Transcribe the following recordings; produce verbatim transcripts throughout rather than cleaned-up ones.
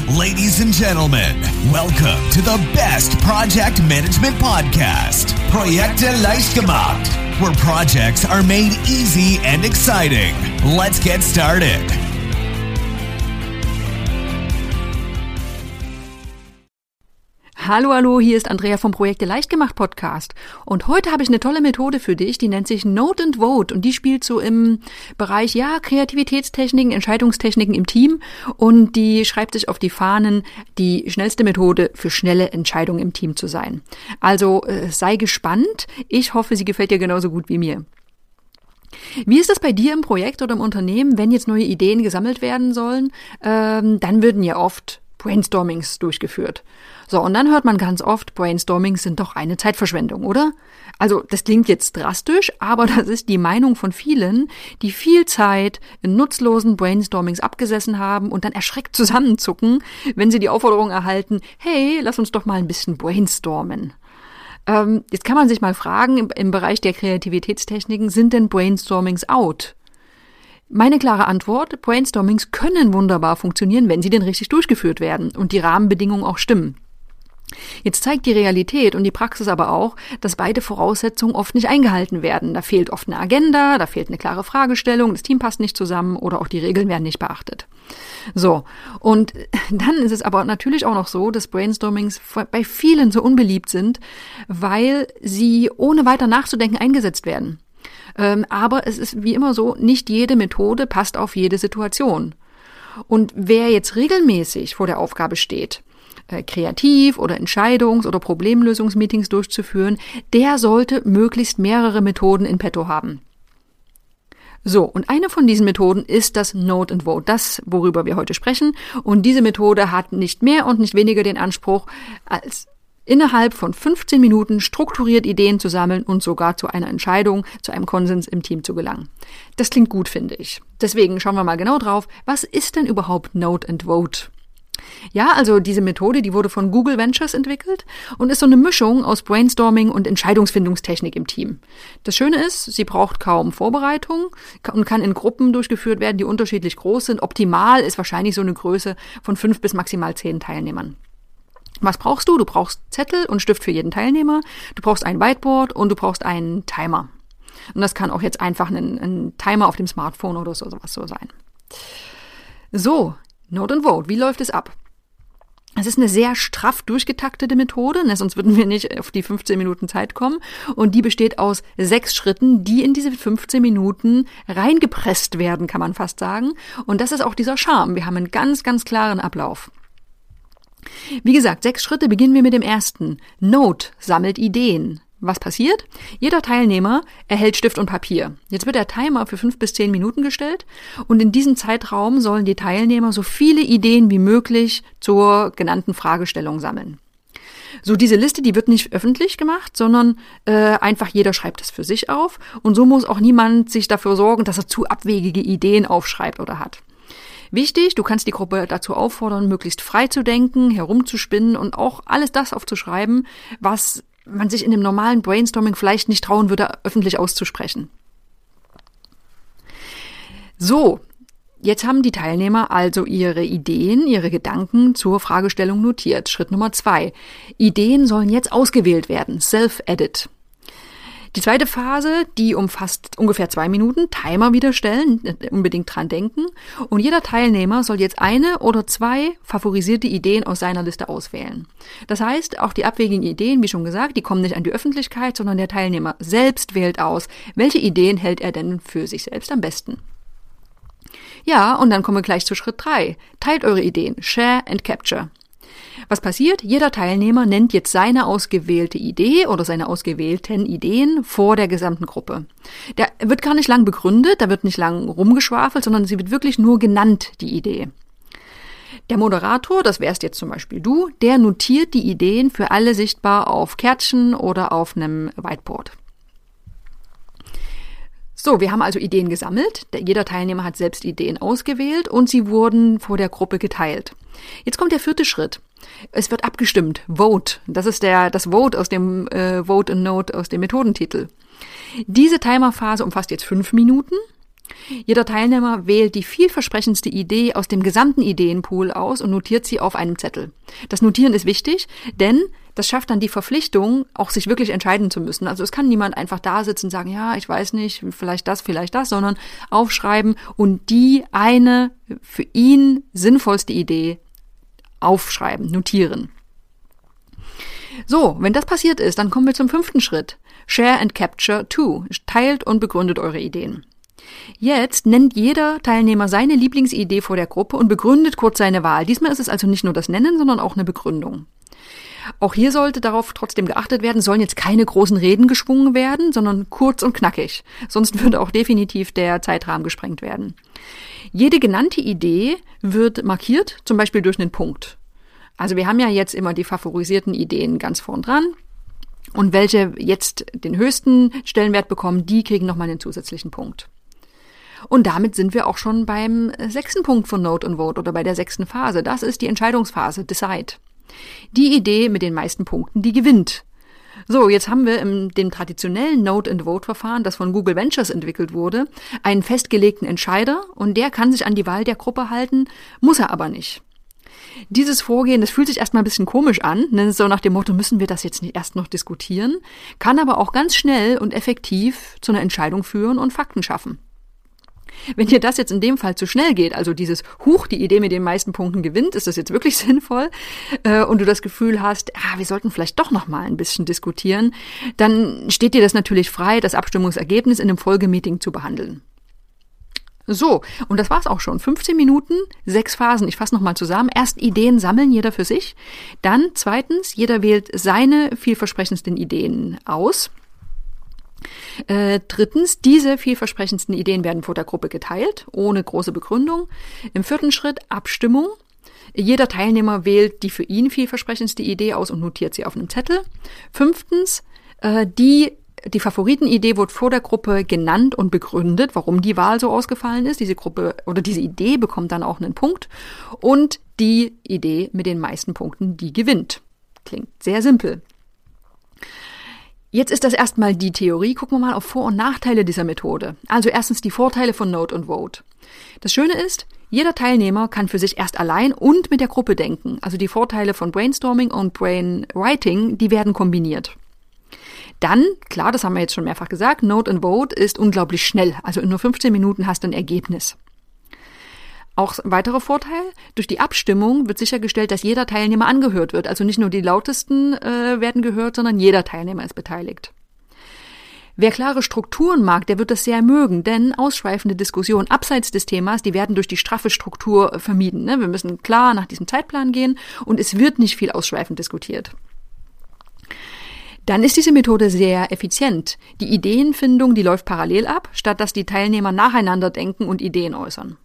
Ladies and gentlemen, welcome to the best project management podcast, Projekte leicht gemacht, where projects are made easy and exciting. Let's get started. Hallo, hallo, hier ist Andrea vom Projekte leicht gemacht Podcast und heute habe ich eine tolle Methode für dich, die nennt sich Note and Vote und die spielt so im Bereich, ja, Kreativitätstechniken, Entscheidungstechniken im Team und die schreibt sich auf die Fahnen, die schnellste Methode für schnelle Entscheidungen im Team zu sein. Also äh, sei gespannt, ich hoffe, sie gefällt dir genauso gut wie mir. Wie ist das bei dir im Projekt oder im Unternehmen, wenn jetzt neue Ideen gesammelt werden sollen? Ähm, dann werden ja oft Brainstormings durchgeführt. So, und dann hört man ganz oft, Brainstormings sind doch eine Zeitverschwendung, oder? Also, das klingt jetzt drastisch, aber das ist die Meinung von vielen, die viel Zeit in nutzlosen Brainstormings abgesessen haben und dann erschreckt zusammenzucken, wenn sie die Aufforderung erhalten, hey, lass uns doch mal ein bisschen brainstormen. Ähm, jetzt kann man sich mal fragen, im, im Bereich der Kreativitätstechniken, sind denn Brainstormings out? Meine klare Antwort, Brainstormings können wunderbar funktionieren, wenn sie denn richtig durchgeführt werden und die Rahmenbedingungen auch stimmen. Jetzt zeigt die Realität und die Praxis aber auch, dass beide Voraussetzungen oft nicht eingehalten werden. Da fehlt oft eine Agenda, da fehlt eine klare Fragestellung, das Team passt nicht zusammen oder auch die Regeln werden nicht beachtet. So, und dann ist es aber natürlich auch noch so, dass Brainstormings bei vielen so unbeliebt sind, weil sie ohne weiter nachzudenken eingesetzt werden. Ähm, aber es ist wie immer so, nicht jede Methode passt auf jede Situation. Und wer jetzt regelmäßig vor der Aufgabe steht, äh, kreativ oder Entscheidungs- oder Problemlösungsmeetings durchzuführen, der sollte möglichst mehrere Methoden in petto haben. So, und eine von diesen Methoden ist das Note and Vote, das, worüber wir heute sprechen. Und diese Methode hat nicht mehr und nicht weniger den Anspruch, als innerhalb von fünfzehn Minuten strukturiert Ideen zu sammeln und sogar zu einer Entscheidung, zu einem Konsens im Team zu gelangen. Das klingt gut, finde ich. Deswegen schauen wir mal genau drauf, was ist denn überhaupt Note and Vote? Ja, also diese Methode, die wurde von Google Ventures entwickelt und ist so eine Mischung aus Brainstorming und Entscheidungsfindungstechnik im Team. Das Schöne ist, sie braucht kaum Vorbereitung und kann in Gruppen durchgeführt werden, die unterschiedlich groß sind. Optimal ist wahrscheinlich so eine Größe von fünf bis maximal zehn Teilnehmern. Was brauchst du? Du brauchst Zettel und Stift für jeden Teilnehmer, du brauchst ein Whiteboard und du brauchst einen Timer. Und das kann auch jetzt einfach ein, ein Timer auf dem Smartphone oder so, sowas so sein. So, Note and Vote, wie läuft es ab? Es ist eine sehr straff durchgetaktete Methode, ne, sonst würden wir nicht auf die fünfzehn Minuten Zeit kommen. Und die besteht aus sechs Schritten, die in diese fünfzehn Minuten reingepresst werden, kann man fast sagen. Und das ist auch dieser Charme. Wir haben einen ganz, ganz klaren Ablauf. Wie gesagt, sechs Schritte, beginnen wir mit dem ersten. Note sammelt Ideen. Was passiert? Jeder Teilnehmer erhält Stift und Papier. Jetzt wird der Timer für fünf bis zehn Minuten gestellt und in diesem Zeitraum sollen die Teilnehmer so viele Ideen wie möglich zur genannten Fragestellung sammeln. So, diese Liste, die wird nicht öffentlich gemacht, sondern äh, einfach jeder schreibt es für sich auf und so muss auch niemand sich dafür sorgen, dass er zu abwegige Ideen aufschreibt oder hat. Wichtig, du kannst die Gruppe dazu auffordern, möglichst frei zu denken, herumzuspinnen und auch alles das aufzuschreiben, was man sich in dem normalen Brainstorming vielleicht nicht trauen würde, öffentlich auszusprechen. So, jetzt haben die Teilnehmer also ihre Ideen, ihre Gedanken zur Fragestellung notiert. Schritt Nummer zwei. Ideen sollen jetzt ausgewählt werden. Self-Edit. Die zweite Phase, die umfasst ungefähr zwei Minuten, Timer wieder stellen, unbedingt dran denken. Und jeder Teilnehmer soll jetzt eine oder zwei favorisierte Ideen aus seiner Liste auswählen. Das heißt, auch die abwegigen Ideen, wie schon gesagt, die kommen nicht an die Öffentlichkeit, sondern der Teilnehmer selbst wählt aus, welche Ideen hält er denn für sich selbst am besten. Ja, und dann kommen wir gleich zu Schritt drei. Teilt eure Ideen, share and capture. Was passiert? Jeder Teilnehmer nennt jetzt seine ausgewählte Idee oder seine ausgewählten Ideen vor der gesamten Gruppe. Der wird gar nicht lang begründet, da wird nicht lang rumgeschwafelt, sondern sie wird wirklich nur genannt, die Idee. Der Moderator, das wärst jetzt zum Beispiel du, der notiert die Ideen für alle sichtbar auf Kärtchen oder auf einem Whiteboard. So, wir haben also Ideen gesammelt. Jeder Teilnehmer hat selbst Ideen ausgewählt und sie wurden vor der Gruppe geteilt. Jetzt kommt der vierte Schritt. Es wird abgestimmt. Vote. Das ist der, das Vote aus dem äh, Vote and Note aus dem Methodentitel. Diese Timerphase umfasst jetzt fünf Minuten. Jeder Teilnehmer wählt die vielversprechendste Idee aus dem gesamten Ideenpool aus und notiert sie auf einem Zettel. Das Notieren ist wichtig, denn das schafft dann die Verpflichtung, auch sich wirklich entscheiden zu müssen. Also es kann niemand einfach da sitzen und sagen, ja, ich weiß nicht, vielleicht das, vielleicht das, sondern aufschreiben und die eine für ihn sinnvollste Idee aufschreiben, notieren. So, wenn das passiert ist, dann kommen wir zum fünften Schritt. Share and Capture two. Teilt und begründet eure Ideen. Jetzt nennt jeder Teilnehmer seine Lieblingsidee vor der Gruppe und begründet kurz seine Wahl. Diesmal ist es also nicht nur das Nennen, sondern auch eine Begründung. Auch hier sollte darauf trotzdem geachtet werden, sollen jetzt keine großen Reden geschwungen werden, sondern kurz und knackig. Sonst würde auch definitiv der Zeitrahmen gesprengt werden. Jede genannte Idee wird markiert, zum Beispiel durch einen Punkt. Also wir haben ja jetzt immer die favorisierten Ideen ganz vorn dran. Und welche jetzt den höchsten Stellenwert bekommen, die kriegen nochmal einen zusätzlichen Punkt. Und damit sind wir auch schon beim sechsten Punkt von Note and Vote oder bei der sechsten Phase. Das ist die Entscheidungsphase, Decide. Die Idee mit den meisten Punkten, die gewinnt. So, jetzt haben wir in dem traditionellen Note and Vote Verfahren, das von Google Ventures entwickelt wurde, einen festgelegten Entscheider und der kann sich an die Wahl der Gruppe halten, muss er aber nicht. Dieses Vorgehen, das fühlt sich erstmal ein bisschen komisch an, ne? So nach dem Motto, müssen wir das jetzt nicht erst noch diskutieren, kann aber auch ganz schnell und effektiv zu einer Entscheidung führen und Fakten schaffen. Wenn dir das jetzt in dem Fall zu schnell geht, also dieses Huch, die Idee mit den meisten Punkten gewinnt, ist das jetzt wirklich sinnvoll, äh, und du das Gefühl hast, ah, wir sollten vielleicht doch noch mal ein bisschen diskutieren, dann steht dir das natürlich frei, das Abstimmungsergebnis in einem Folgemeeting zu behandeln. So, und das war's auch schon. fünfzehn Minuten, sechs Phasen. Ich fasse nochmal zusammen. Erst Ideen sammeln, jeder für sich. Dann zweitens, jeder wählt seine vielversprechendsten Ideen aus. Äh, drittens, diese vielversprechendsten Ideen werden vor der Gruppe geteilt, ohne große Begründung. Im vierten Schritt Abstimmung. Jeder Teilnehmer wählt die für ihn vielversprechendste Idee aus und notiert sie auf einem Zettel. Fünftens, äh, die Die Favoritenidee wird vor der Gruppe genannt und begründet, warum die Wahl so ausgefallen ist. Diese Gruppe oder diese Idee bekommt dann auch einen Punkt. Und die Idee mit den meisten Punkten, die gewinnt. Klingt sehr simpel. Jetzt ist das erstmal die Theorie. Gucken wir mal auf Vor- und Nachteile dieser Methode. Also erstens die Vorteile von Note and Vote. Das Schöne ist, jeder Teilnehmer kann für sich erst allein und mit der Gruppe denken. Also die Vorteile von Brainstorming und Brainwriting, die werden kombiniert. Dann, klar, das haben wir jetzt schon mehrfach gesagt, Note and Vote ist unglaublich schnell. Also in nur fünfzehn Minuten hast du ein Ergebnis. Auch ein weiterer Vorteil, durch die Abstimmung wird sichergestellt, dass jeder Teilnehmer angehört wird. Also nicht nur die lautesten äh, werden gehört, sondern jeder Teilnehmer ist beteiligt. Wer klare Strukturen mag, der wird das sehr mögen, denn ausschweifende Diskussionen abseits des Themas, die werden durch die straffe Struktur vermieden. Ne? Wir müssen klar nach diesem Zeitplan gehen und es wird nicht viel ausschweifend diskutiert. Dann ist diese Methode sehr effizient. Die Ideenfindung, die läuft parallel ab, statt dass die Teilnehmer nacheinander denken und Ideen äußern.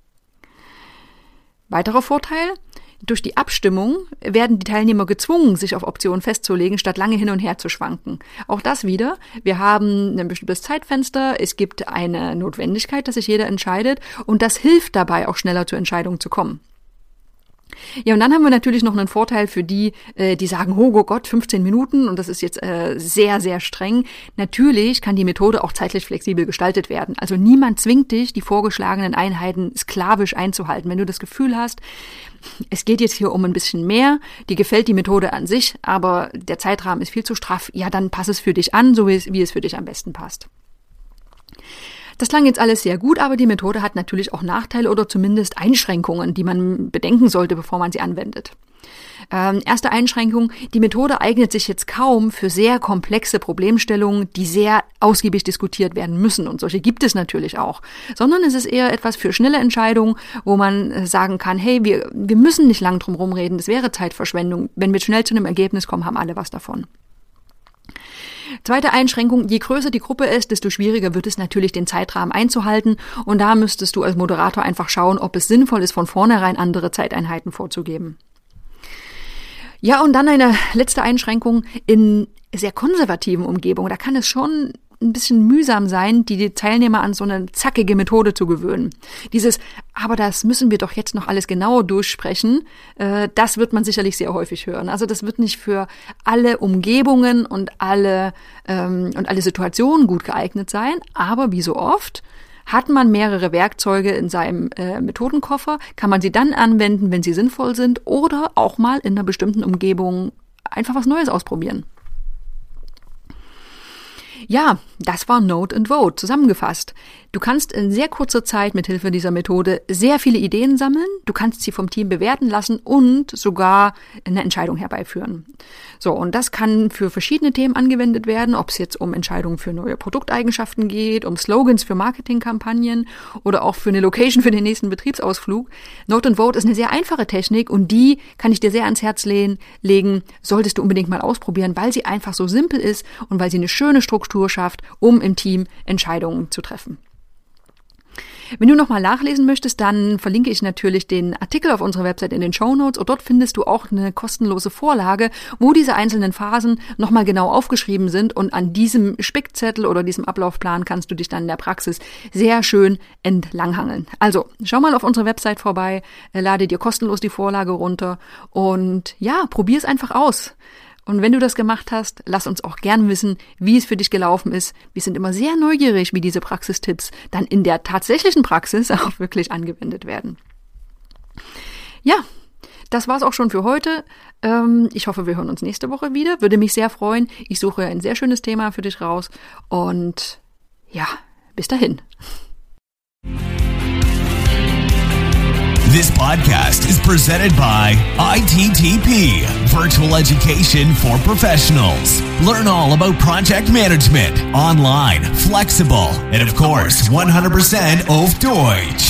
Weiterer Vorteil: Durch die Abstimmung werden die Teilnehmer gezwungen, sich auf Optionen festzulegen, statt lange hin und her zu schwanken. Auch das wieder. Wir haben ein bestimmtes Zeitfenster, es gibt eine Notwendigkeit, dass sich jeder entscheidet und das hilft dabei, auch schneller zur Entscheidung zu kommen. Ja, und dann haben wir natürlich noch einen Vorteil für die, die sagen, oh Gott, fünfzehn Minuten und das ist jetzt sehr, sehr streng. Natürlich kann die Methode auch zeitlich flexibel gestaltet werden. Also niemand zwingt dich, die vorgeschlagenen Einheiten sklavisch einzuhalten. Wenn du das Gefühl hast, es geht jetzt hier um ein bisschen mehr, dir gefällt die Methode an sich, aber der Zeitrahmen ist viel zu straff, ja, dann pass es für dich an, so wie es, wie es für dich am besten passt. Das klang jetzt alles sehr gut, aber die Methode hat natürlich auch Nachteile oder zumindest Einschränkungen, die man bedenken sollte, bevor man sie anwendet. Ähm, erste Einschränkung: Die Methode eignet sich jetzt kaum für sehr komplexe Problemstellungen, die sehr ausgiebig diskutiert werden müssen. Und solche gibt es natürlich auch. Sondern es ist eher etwas für schnelle Entscheidungen, wo man sagen kann, hey, wir, wir müssen nicht lang drum rumreden, das wäre Zeitverschwendung. Wenn wir schnell zu einem Ergebnis kommen, haben alle was davon. Zweite Einschränkung: Je größer die Gruppe ist, desto schwieriger wird es natürlich, den Zeitrahmen einzuhalten. Und da müsstest du als Moderator einfach schauen, ob es sinnvoll ist, von vornherein andere Zeiteinheiten vorzugeben. Ja, und dann eine letzte Einschränkung: In sehr konservativen Umgebungen, da kann es schon ein bisschen mühsam sein, die Teilnehmer an so eine zackige Methode zu gewöhnen. Dieses, aber das müssen wir doch jetzt noch alles genauer durchsprechen, äh, das wird man sicherlich sehr häufig hören. Also das wird nicht für alle Umgebungen und alle, ähm, und alle Situationen gut geeignet sein, aber wie so oft Hat man mehrere Werkzeuge in seinem äh, Methodenkoffer, kann man sie dann anwenden, wenn sie sinnvoll sind, oder auch mal in einer bestimmten Umgebung einfach was Neues ausprobieren. Ja, das war Note and Vote zusammengefasst. Du kannst in sehr kurzer Zeit mit Hilfe dieser Methode sehr viele Ideen sammeln, du kannst sie vom Team bewerten lassen und sogar eine Entscheidung herbeiführen. So, und das kann für verschiedene Themen angewendet werden, ob es jetzt um Entscheidungen für neue Produkteigenschaften geht, um Slogans für Marketingkampagnen oder auch für eine Location für den nächsten Betriebsausflug. Note and Vote ist eine sehr einfache Technik und die kann ich dir sehr ans Herz legen, legen, solltest du unbedingt mal ausprobieren, weil sie einfach so simpel ist und weil sie eine schöne Struktur schafft, um im Team Entscheidungen zu treffen. Wenn du nochmal nachlesen möchtest, dann verlinke ich natürlich den Artikel auf unserer Website in den Shownotes und dort findest du auch eine kostenlose Vorlage, wo diese einzelnen Phasen nochmal genau aufgeschrieben sind und an diesem Spickzettel oder diesem Ablaufplan kannst du dich dann in der Praxis sehr schön entlanghangeln. Also schau mal auf unsere Website vorbei, lade dir kostenlos die Vorlage runter und ja, probier es einfach aus. Und wenn du das gemacht hast, lass uns auch gern wissen, wie es für dich gelaufen ist. Wir sind immer sehr neugierig, wie diese Praxistipps dann in der tatsächlichen Praxis auch wirklich angewendet werden. Ja, das war's auch schon für heute. Ich hoffe, wir hören uns nächste Woche wieder. Würde mich sehr freuen. Ich suche ein sehr schönes Thema für dich raus. Und ja, bis dahin. This podcast is presented by I T T P, Virtual Education for Professionals. Learn all about project management, online, flexible, and of course, one hundred percent auf Deutsch.